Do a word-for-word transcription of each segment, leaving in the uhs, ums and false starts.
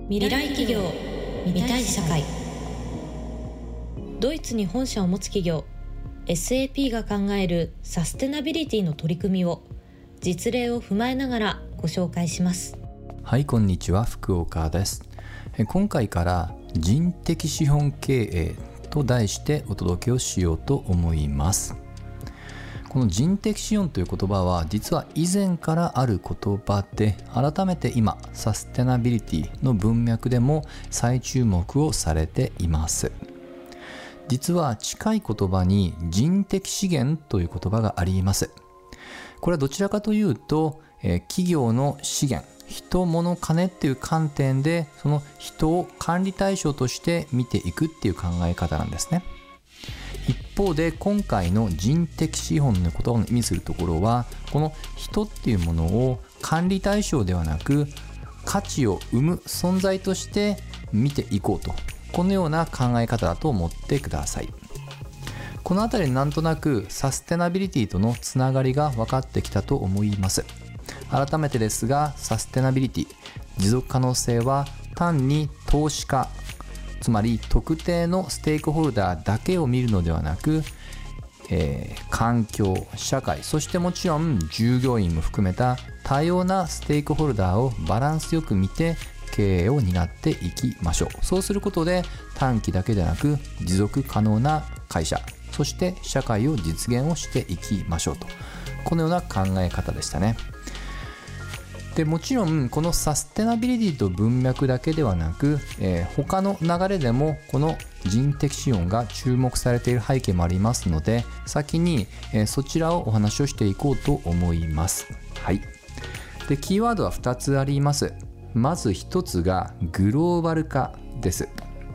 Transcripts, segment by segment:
未来企業、未来社会。ドイツに本社を持つ企業 エスエーピー が考えるサステナビリティの取り組みを実例を踏まえながらご紹介します。 はい、こんにちは、福岡です。今回から人的資本経営と題してお届けをしようと思います。この人的資本という言葉は実は以前からある言葉で、改めて今サステナビリティの文脈でも再注目をされています。実は近い言葉に人的資源という言葉があります。これはどちらかというと、えー、企業の資源、人物金っていう観点でその人を管理対象として見ていくっていう考え方なんですね。一方で今回の人的資本の言葉の意味するところは、この人っていうものを管理対象ではなく価値を生む存在として見ていこうと、このような考え方だと思ってください。このあたりなんとなくサステナビリティとのつながりが分かってきたと思います。改めてですが、サステナビリティ、持続可能性は単に投資家、つまり特定のステークホルダーだけを見るのではなく、えー、環境、社会、そしてもちろん従業員も含めた多様なステークホルダーをバランスよく見て経営を担っていきましょう。そうすることで短期だけでなく持続可能な会社、そして社会を実現をしていきましょうと、このような考え方でしたね。でもちろんこのサステナビリティと文脈だけではなく、えー、他の流れでもこの人的資本が注目されている背景もありますので、先に、えー、そちらをお話をしていこうと思います。はい。で、キーワードはふたつあります。まずひとつがグローバル化です。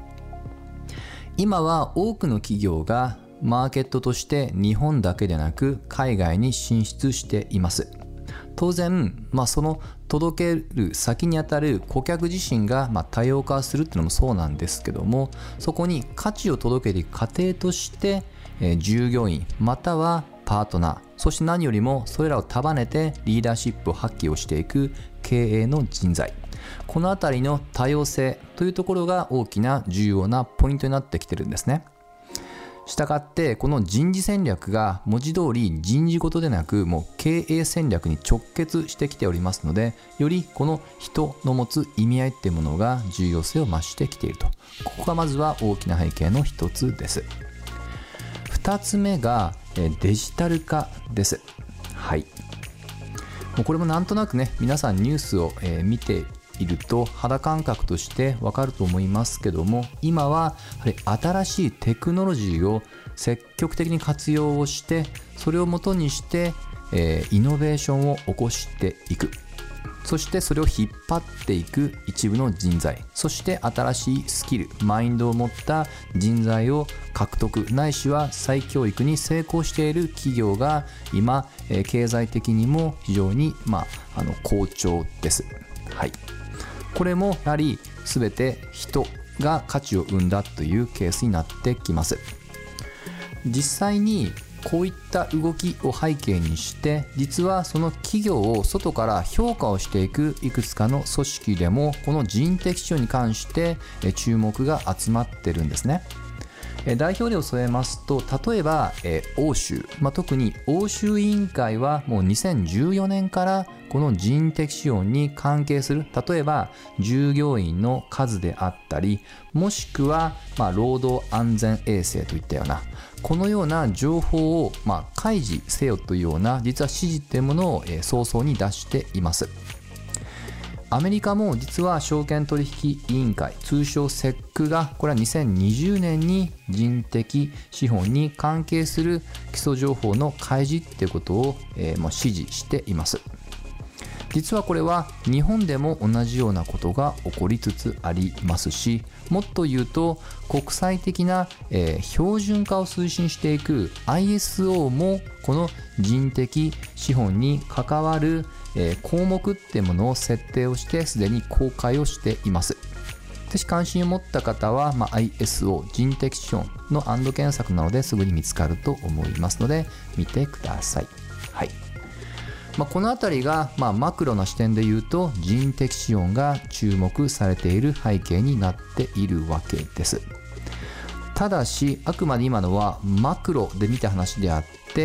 今は多くの企業がマーケットとして日本だけでなく海外に進出しています。当然、まあ、その届ける先にあたる顧客自身がまあ多様化するっていうのもそうなんですけども、そこに価値を届けていく過程として、えー、従業員またはパートナー、そして何よりもそれらを束ねてリーダーシップを発揮をしていく経営の人材、このあたりの多様性というところが大きな重要なポイントになってきてるんですね。したがってこの人事戦略が文字通り人事ごとでなく、もう経営戦略に直結してきておりますので、よりこの人の持つ意味合いっていうものが重要性を増してきていると、ここがまずは大きな背景の一つです。二つ目がデジタル化です。はい。もうこれもなんとなくね、皆さんニュースを見ていると肌感覚としてわかると思いますけども、今はやはり新しいテクノロジーを積極的に活用をして、それをもとにして、えー、イノベーションを起こしていく、そしてそれを引っ張っていく一部の人材、そして新しいスキル、マインドを持った人材を獲得ないしは再教育に成功している企業が今、えー、経済的にも非常に、まあ、あの好調です。はい。これもやはり全て人が価値を生んだというケースになってきます。実際にこういった動きを背景にして、実はその企業を外から評価をしていくいくつかの組織でもこの人的資本に関して注目が集まってるんですね。代表例を添えますと、例えば、えー、欧州、まあ、特に欧州委員会はもうにせんじゅうよねんからこの人的資本に関係する、例えば従業員の数であったり、もしくは、まあ、労働安全衛生といったようなこのような情報を、まあ、開示せよというような実は指示というものを、えー、早々に出しています。アメリカも実は証券取引委員会、通称 セック がこれはにせんにじゅうねんに人的資本に関係する基礎情報の開示っていうことを、えー、もう指示しています。実はこれは日本でも同じようなことが起こりつつありますし、もっと言うと国際的な、えー、標準化を推進していく アイエスオー もこの人的資本に関わる、えー、項目っていうものを設定をしてすでに公開をしています。ぜひ関心を持った方は、まあ、アイエスオー 人的資本のアンド検索なのですぐに見つかると思いますので見てください。はい。 まあ、このあたりが、まあ、マクロな視点で言うと人的資本が注目されている背景になっているわけです。ただしあくまで今のはマクロで見た話であって、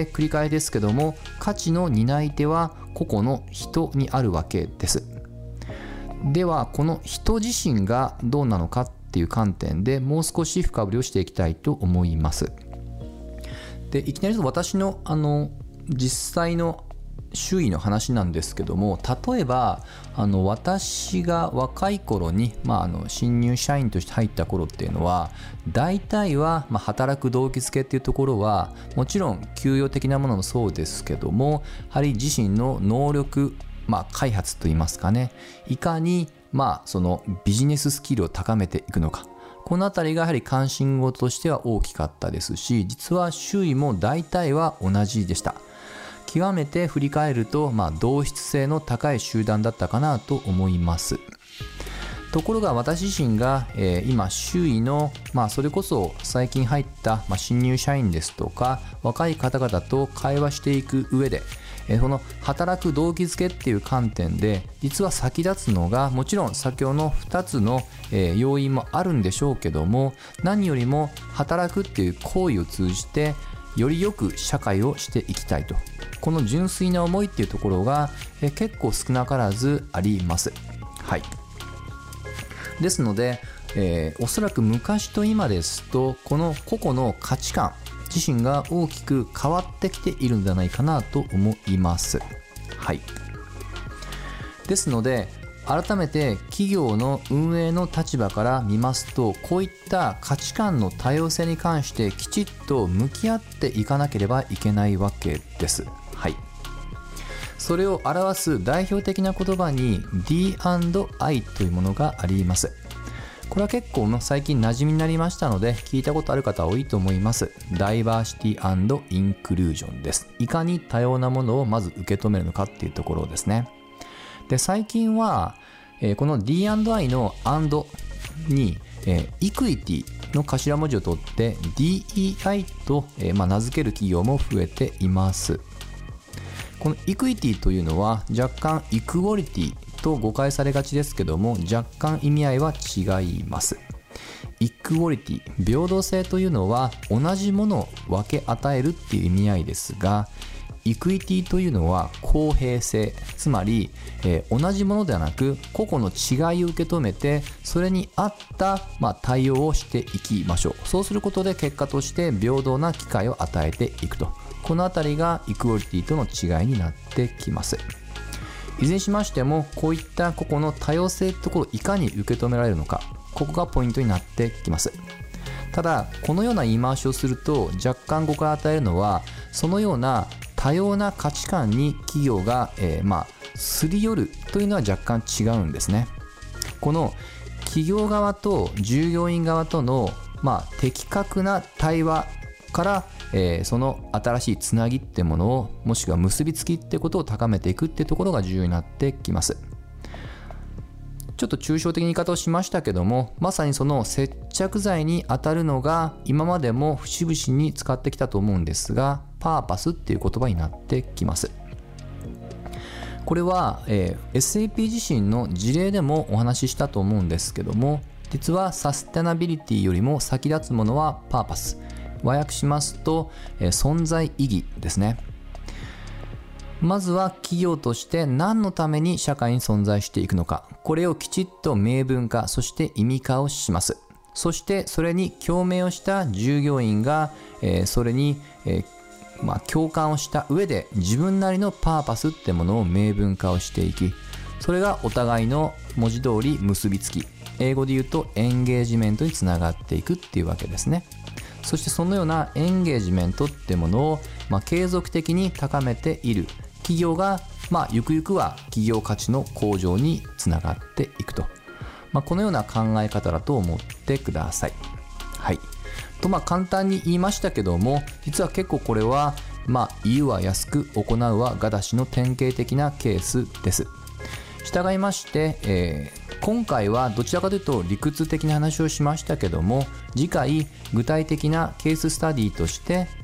繰り返しですけども、価値の担い手は個々の人にあるわけです。ではこの人自身がどうなのかっていう観点でもう少し深掘りをしていきたいと思います。でいきなり私のあの実際の周囲の話なんですけども、例えばあの私が若い頃に、まあ、あの新入社員として入った頃っていうのは、大体は、まあ、働く動機づけっていうところはもちろん給与的なものもそうですけども、やはり自身の能力、まあ、開発といいますかね、いかに、まあ、そのビジネススキルを高めていくのか、このあたりがやはり関心事としては大きかったですし、実は周囲も大体は同じでした。極めて振り返ると、まあ、同質性の高い集団だったかなと思います。ところが私自身が、えー、今周囲の、まあ、それこそ最近入った、まあ、新入社員ですとか若い方々と会話していく上で、えー、その働く動機づけっていう観点で実は先立つのが、もちろん先ほどのふたつの、えー、要因もあるんでしょうけども、何よりも働くっていう行為を通じてよりよく社会をしていきたいと、この純粋な思いっていうところが、えー、結構少なからずあります。はい。ですので、えー、おそらく昔と今ですとこの個々の価値観自身が大きく変わってきているんじゃないかなと思います。はい。ですので改めて企業の運営の立場から見ますと、こういった価値観の多様性に関してきちっと向き合っていかなければいけないわけです。はい。それを表す代表的な言葉に ディーアンドアイ というものがあります。これは結構最近馴染みになりましたので聞いたことある方多いと思います。ダイバーシティ&インクルージョンです。いかに多様なものをまず受け止めるのかっていうところですね。で最近は、えー、この ディーアンドアイ の and に、えー、イクイティの頭文字を取って ディーイーアイ と、えーまあ、名付ける企業も増えています。このイクイティというのは若干イクオリティと誤解されがちですけども、若干意味合いは違います。イクオリティ、平等性というのは同じものを分け与えるっていう意味合いですが、イクイティというのは公平性、つまり、えー、同じものではなく個々の違いを受け止めてそれに合った、まあ、対応をしていきましょう。そうすることで結果として平等な機会を与えていくと、このあたりがイクオリティとの違いになってきます。いずれにしましてもこういった個々の多様性ところをいかに受け止められるのか、ここがポイントになってきます。ただこのような言い回しをすると若干誤解を与えるのは、そのような多様な価値観に企業が、えー、まあすり寄るというのは若干違うんですね。この企業側と従業員側との、まあ、的確な対話から、えー、その新しいつなぎってものを、もしくは結びつきってことを高めていくってところが重要になってきます。ちょっと抽象的な言い方をしましたけども、まさにその接着剤に当たるのが今までも節々に使ってきたと思うんですが、パーパスっていう言葉になってきます。これは、えー、エスエーピー 自身の事例でもお話ししたと思うんですけども、実はサステナビリティよりも先立つものはパーパス、和訳しますと、えー、存在意義ですね。まずは企業として何のために社会に存在していくのか、これをきちっと明文化、そして意味化をします。そしてそれに共鳴をした従業員が、えー、それに、えーまあ、共感をした上で自分なりのパーパスってものを明文化をしていき、それがお互いの文字通り結びつき、英語で言うとエンゲージメントにつながっていくっていうわけですね。そしてそのようなエンゲージメントってものを、まあ、継続的に高めている企業が、まあ、ゆくゆくは企業価値の向上につながっていくと、まあ、このような考え方だと思ってください。はい。とまあ簡単に言いましたけども、実は結構これは、まあ、言うは安く行うは我出しの典型的なケースです。従いまして、えー、今回はどちらかというと理屈的な話をしましたけども、次回具体的なケーススタディとして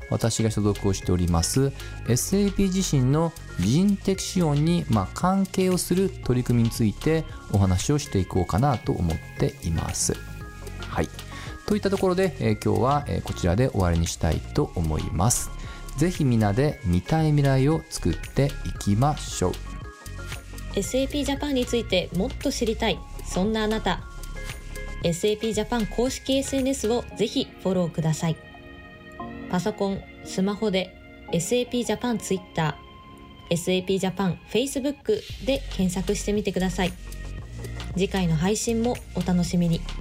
私が所属をしております エスエーピー 自身の人的資本にまあ関係をする取り組みについてお話をしていこうかなと思っています。はい、といったところで、えー、今日は、えー、こちらで終わりにしたいと思います。ぜひみんなで見たい未来を作っていきましょう。 エスエーピー ジャパンについてもっと知りたい、そんなあなた、 エスエーピー ジャパン公式 エスエヌエス をぜひフォローください。パソコン、スマホで エスエーピー ジャパン Twitter、 エスエーピー ジャパン Facebook で検索してみてください。次回の配信もお楽しみに。